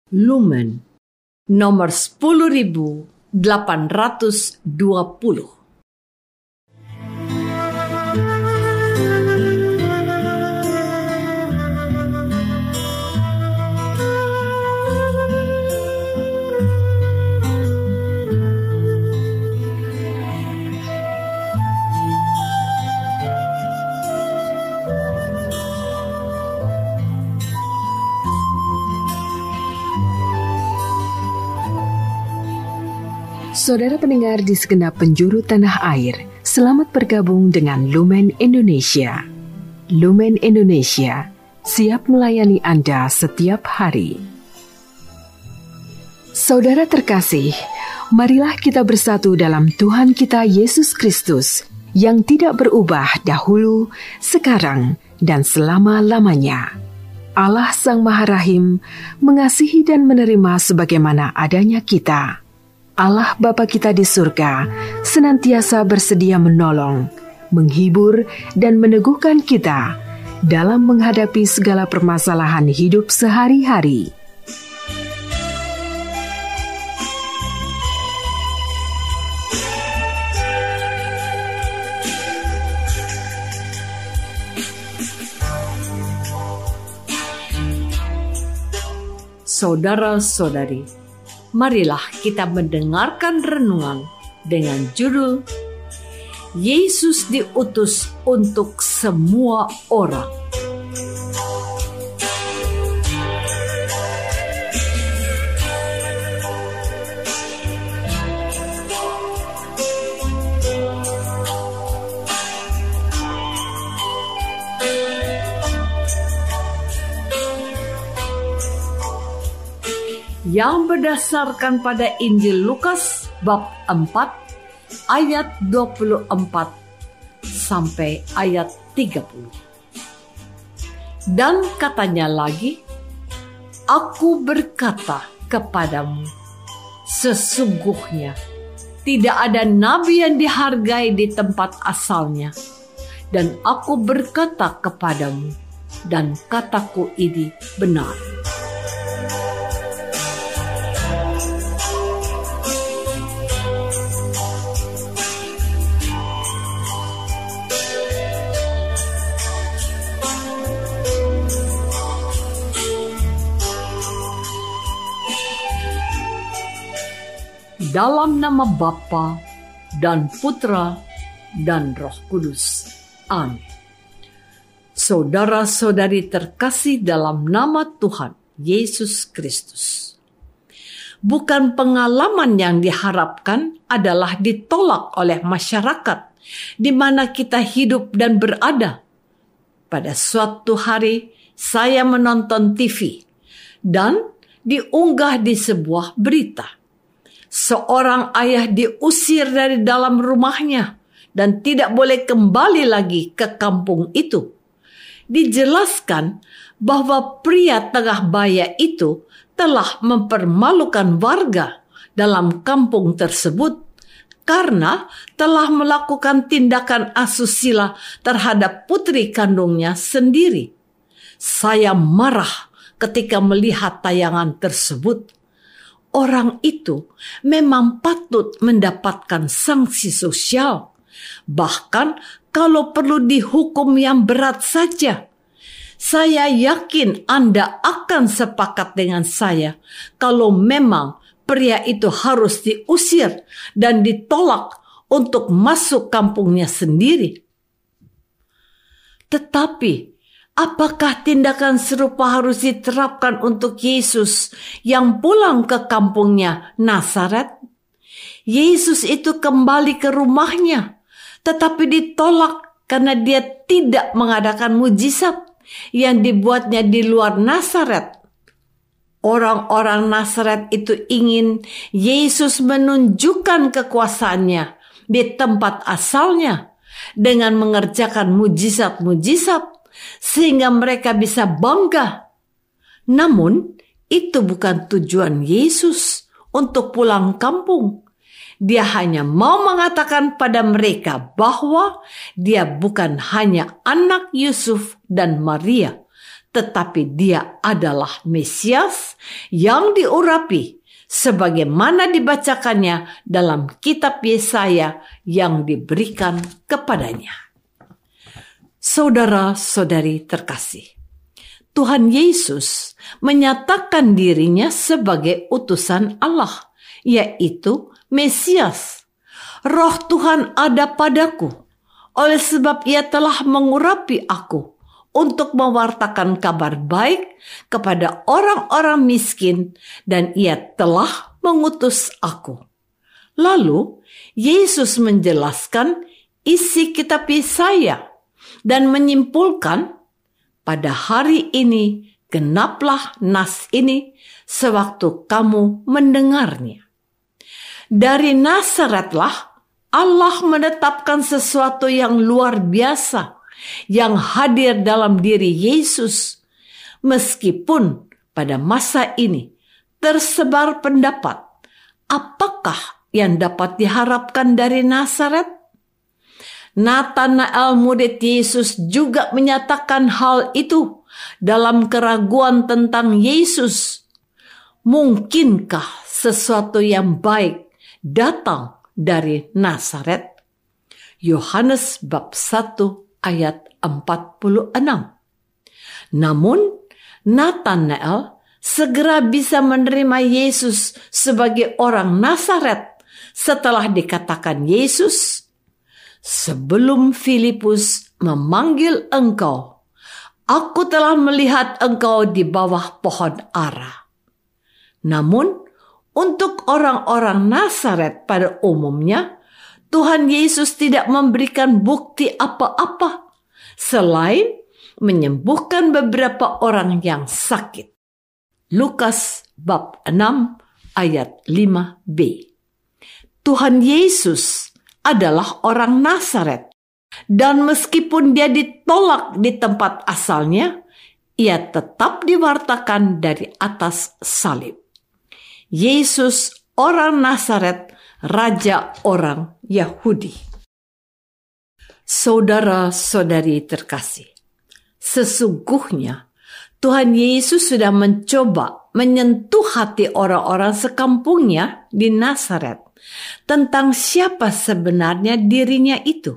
Lumen nomor 10.820. Saudara pendengar di segenap penjuru tanah air, selamat bergabung dengan Lumen Indonesia. Lumen Indonesia siap melayani Anda setiap hari. Saudara terkasih, marilah kita bersatu dalam Tuhan kita Yesus Kristus yang tidak berubah dahulu, sekarang, dan selama-lamanya. Allah Sang Maha Rahim mengasihi dan menerima sebagaimana adanya kita. Allah Bapa kita di surga senantiasa bersedia menolong, menghibur, dan meneguhkan kita dalam menghadapi segala permasalahan hidup sehari-hari. Saudara-saudari, marilah kita mendengarkan renungan dengan judul Yesus diutus untuk semua orang. Yang berdasarkan pada Injil Lukas bab 4 ayat 24 sampai ayat 30. Dan katanya lagi, "Aku berkata kepadamu, sesungguhnya tidak ada nabi yang dihargai di tempat asalnya. Dan aku berkata kepadamu, dan kataku ini benar." Dalam nama Bapa dan Putra dan Roh Kudus. Amin. Saudara-saudari terkasih dalam nama Tuhan Yesus Kristus. Bukan pengalaman yang diharapkan adalah ditolak oleh masyarakat di mana kita hidup dan berada. Pada suatu hari saya menonton TV dan diunggah di sebuah berita. Seorang ayah diusir dari dalam rumahnya dan tidak boleh kembali lagi ke kampung itu. Dijelaskan bahwa pria tengah baya itu telah mempermalukan warga dalam kampung tersebut karena telah melakukan tindakan asusila terhadap putri kandungnya sendiri. Saya marah ketika melihat tayangan tersebut. Orang itu memang patut mendapatkan sanksi sosial, bahkan kalau perlu dihukum yang berat saja. Saya yakin Anda akan sepakat dengan saya kalau memang pria itu harus diusir dan ditolak untuk masuk kampungnya sendiri. Tetapi apakah tindakan serupa harus diterapkan untuk Yesus yang pulang ke kampungnya Nazaret? Yesus itu kembali ke rumahnya, tetapi ditolak karena dia tidak mengadakan mujizat yang dibuatnya di luar Nazaret. Orang-orang Nazaret itu ingin Yesus menunjukkan kekuasaannya di tempat asalnya dengan mengerjakan mujizat-mujizat, sehingga mereka bisa bangga. Namun, itu bukan tujuan Yesus untuk pulang kampung. Dia hanya mau mengatakan pada mereka bahwa dia bukan hanya anak Yusuf dan Maria, tetapi dia adalah Mesias yang diurapi sebagaimana dibacakannya dalam kitab Yesaya yang diberikan kepadanya. Saudara-saudari terkasih, Tuhan Yesus menyatakan dirinya sebagai utusan Allah, yaitu Mesias. Roh Tuhan ada padaku, oleh sebab Ia telah mengurapi aku untuk mewartakan kabar baik kepada orang-orang miskin, dan Ia telah mengutus aku. Lalu Yesus menjelaskan isi kitab Yesaya dan menyimpulkan, pada hari ini genaplah nas ini sewaktu kamu mendengarnya. Dari Nazaretlah Allah menetapkan sesuatu yang luar biasa yang hadir dalam diri Yesus. Meskipun pada masa ini tersebar pendapat, apakah yang dapat diharapkan dari Nazaret? Natanael murid Yesus juga menyatakan hal itu dalam keraguan tentang Yesus. Mungkinkah sesuatu yang baik datang dari Nazaret? Yohanes bab 1 ayat 46. Namun Natanael segera bisa menerima Yesus sebagai orang Nazaret setelah dikatakan Yesus, "Sebelum Filipus memanggil engkau, aku telah melihat engkau di bawah pohon ara." Namun, untuk orang-orang Nazaret pada umumnya, Tuhan Yesus tidak memberikan bukti apa-apa selain menyembuhkan beberapa orang yang sakit. Lukas bab 6 ayat 5b. Tuhan Yesus adalah orang Nazaret, dan meskipun dia ditolak di tempat asalnya, ia tetap diwartakan dari atas salib. Yesus orang Nazaret, raja orang Yahudi. Saudara-saudari terkasih, sesungguhnya Tuhan Yesus sudah mencoba menyentuh hati orang-orang sekampungnya di Nazaret tentang siapa sebenarnya dirinya itu.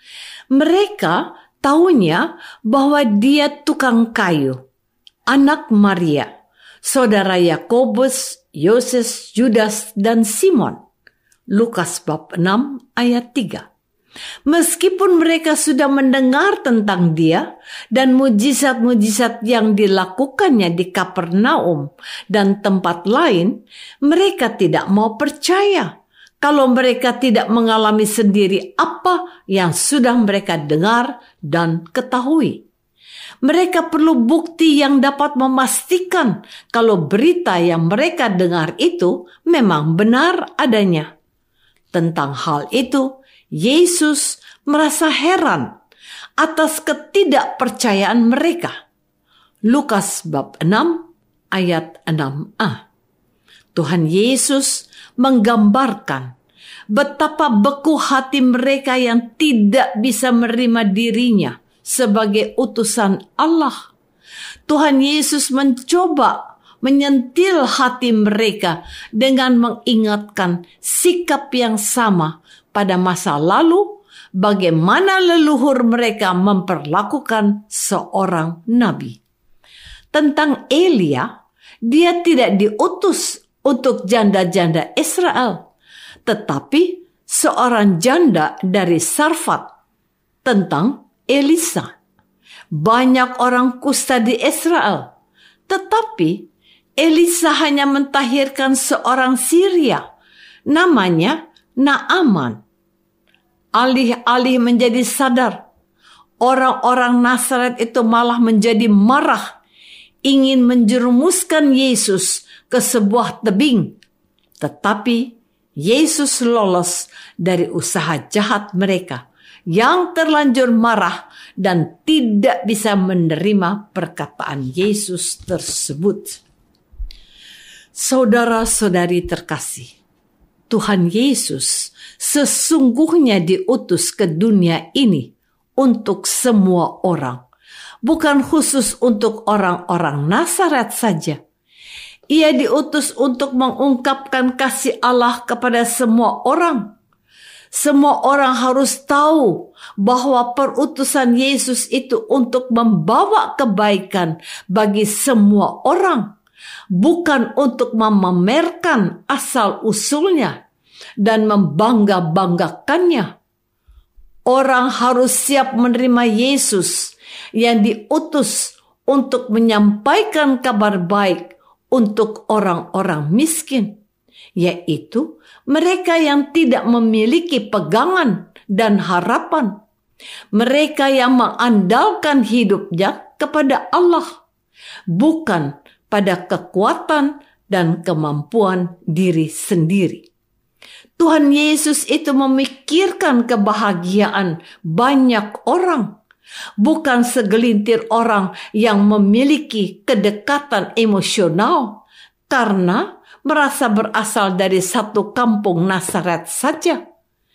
Mereka tahunya bahwa dia tukang kayu, anak Maria, saudara Yakobus, Yoses, Judas, dan Simon. Lukas bab 6 ayat 3. Meskipun mereka sudah mendengar tentang dia dan mujizat-mujizat yang dilakukannya di Kapernaum dan tempat lain, mereka tidak mau percaya kalau mereka tidak mengalami sendiri apa yang sudah mereka dengar dan ketahui. Mereka perlu bukti yang dapat memastikan kalau berita yang mereka dengar itu memang benar adanya. Tentang hal itu, Yesus merasa heran atas ketidakpercayaan mereka. Lukas bab 6 ayat 6a. Tuhan Yesus menggambarkan betapa beku hati mereka yang tidak bisa menerima dirinya sebagai utusan Allah. Tuhan Yesus mencoba menyentil hati mereka dengan mengingatkan sikap yang sama pada masa lalu, bagaimana leluhur mereka memperlakukan seorang nabi. Tentang Elia, dia tidak diutus untuk janda-janda Israel, tetapi seorang janda dari Sarfat. Tentang Elisa, banyak orang kusta di Israel, tetapi Elisa hanya mentahirkan seorang Syria, namanya Naaman. Alih-alih menjadi sadar, orang-orang Nazaret itu malah menjadi marah, ingin menjerumuskan Yesus ke sebuah tebing. Tetapi Yesus lolos dari usaha jahat mereka yang terlanjur marah dan tidak bisa menerima perkataan Yesus tersebut. Saudara-saudari terkasih, Tuhan Yesus sesungguhnya diutus ke dunia ini untuk semua orang, bukan khusus untuk orang-orang Nazaret saja. Ia diutus untuk mengungkapkan kasih Allah kepada semua orang. Semua orang harus tahu bahwa perutusan Yesus itu untuk membawa kebaikan bagi semua orang, bukan untuk memamerkan asal-usulnya dan membangga-banggakannya. Orang harus siap menerima Yesus yang diutus untuk menyampaikan kabar baik untuk orang-orang miskin, yaitu mereka yang tidak memiliki pegangan dan harapan. Mereka yang mengandalkan hidupnya kepada Allah, bukan pada kekuatan dan kemampuan diri sendiri. Tuhan Yesus itu memikirkan kebahagiaan banyak orang, bukan segelintir orang yang memiliki kedekatan emosional karena merasa berasal dari satu kampung Nazaret saja.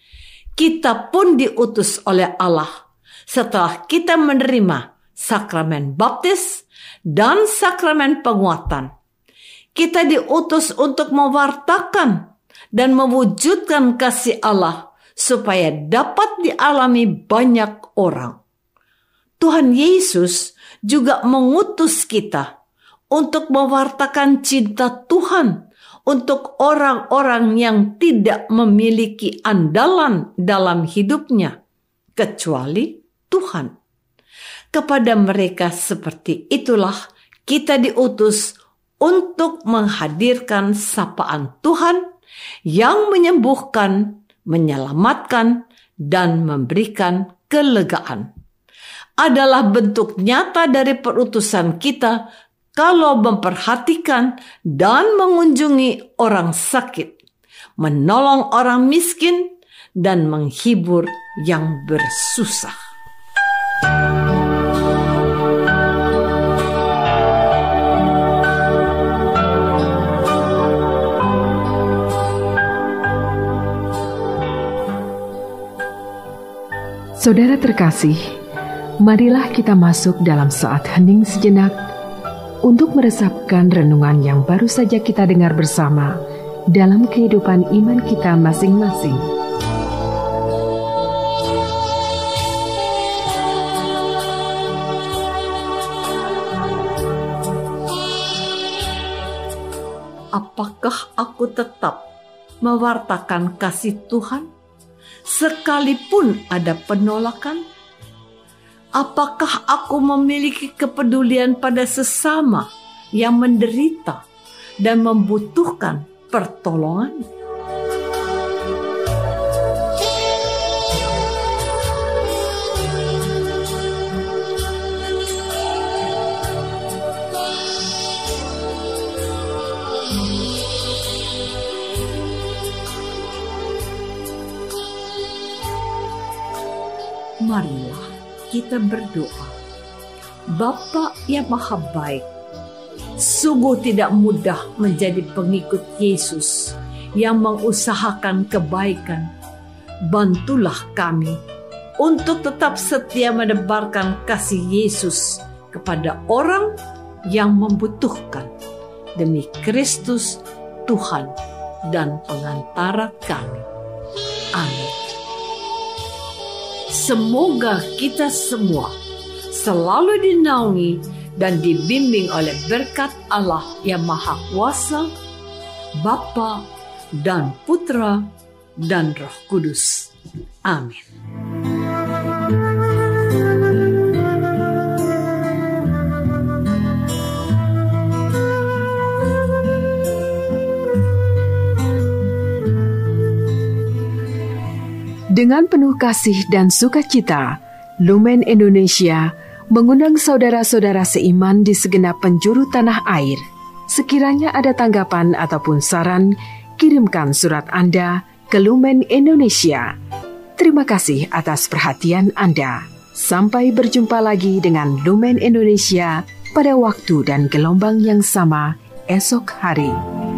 Kita pun diutus oleh Allah setelah kita menerima sakramen baptis dan sakramen penguatan. Kita diutus untuk mewartakan dan mewujudkan kasih Allah supaya dapat dialami banyak orang. Tuhan Yesus juga mengutus kita untuk mewartakan cinta Tuhan untuk orang-orang yang tidak memiliki andalan dalam hidupnya, kecuali Tuhan. Kepada mereka seperti itulah kita diutus untuk menghadirkan sapaan Tuhan yang menyembuhkan, menyelamatkan, dan memberikan kelegaan. Adalah bentuk nyata dari perutusan kita kalau memperhatikan dan mengunjungi orang sakit, menolong orang miskin, dan menghibur yang bersusah. Saudara terkasih, marilah kita masuk dalam saat hening sejenak untuk meresapkan renungan yang baru saja kita dengar bersama dalam kehidupan iman kita masing-masing. Apakah aku tetap mewartakan kasih Tuhan sekalipun ada penolakan? Apakah aku memiliki kepedulian pada sesama yang menderita dan membutuhkan pertolongan? Marilah kita berdoa. Bapa yang Maha Baik, sungguh tidak mudah menjadi pengikut Yesus yang mengusahakan kebaikan. Bantulah kami untuk tetap setia menebarkan kasih Yesus kepada orang yang membutuhkan. Demi Kristus, Tuhan dan pengantara kami. Amin. Semoga kita semua selalu dinaungi dan dibimbing oleh berkat Allah yang Maha Kuasa, Bapa dan Putra dan Roh Kudus. Amin. Dengan penuh kasih dan sukacita, Lumen Indonesia mengundang saudara-saudara seiman di segenap penjuru tanah air. Sekiranya ada tanggapan ataupun saran, kirimkan surat Anda ke Lumen Indonesia. Terima kasih atas perhatian Anda. Sampai berjumpa lagi dengan Lumen Indonesia pada waktu dan gelombang yang sama esok hari.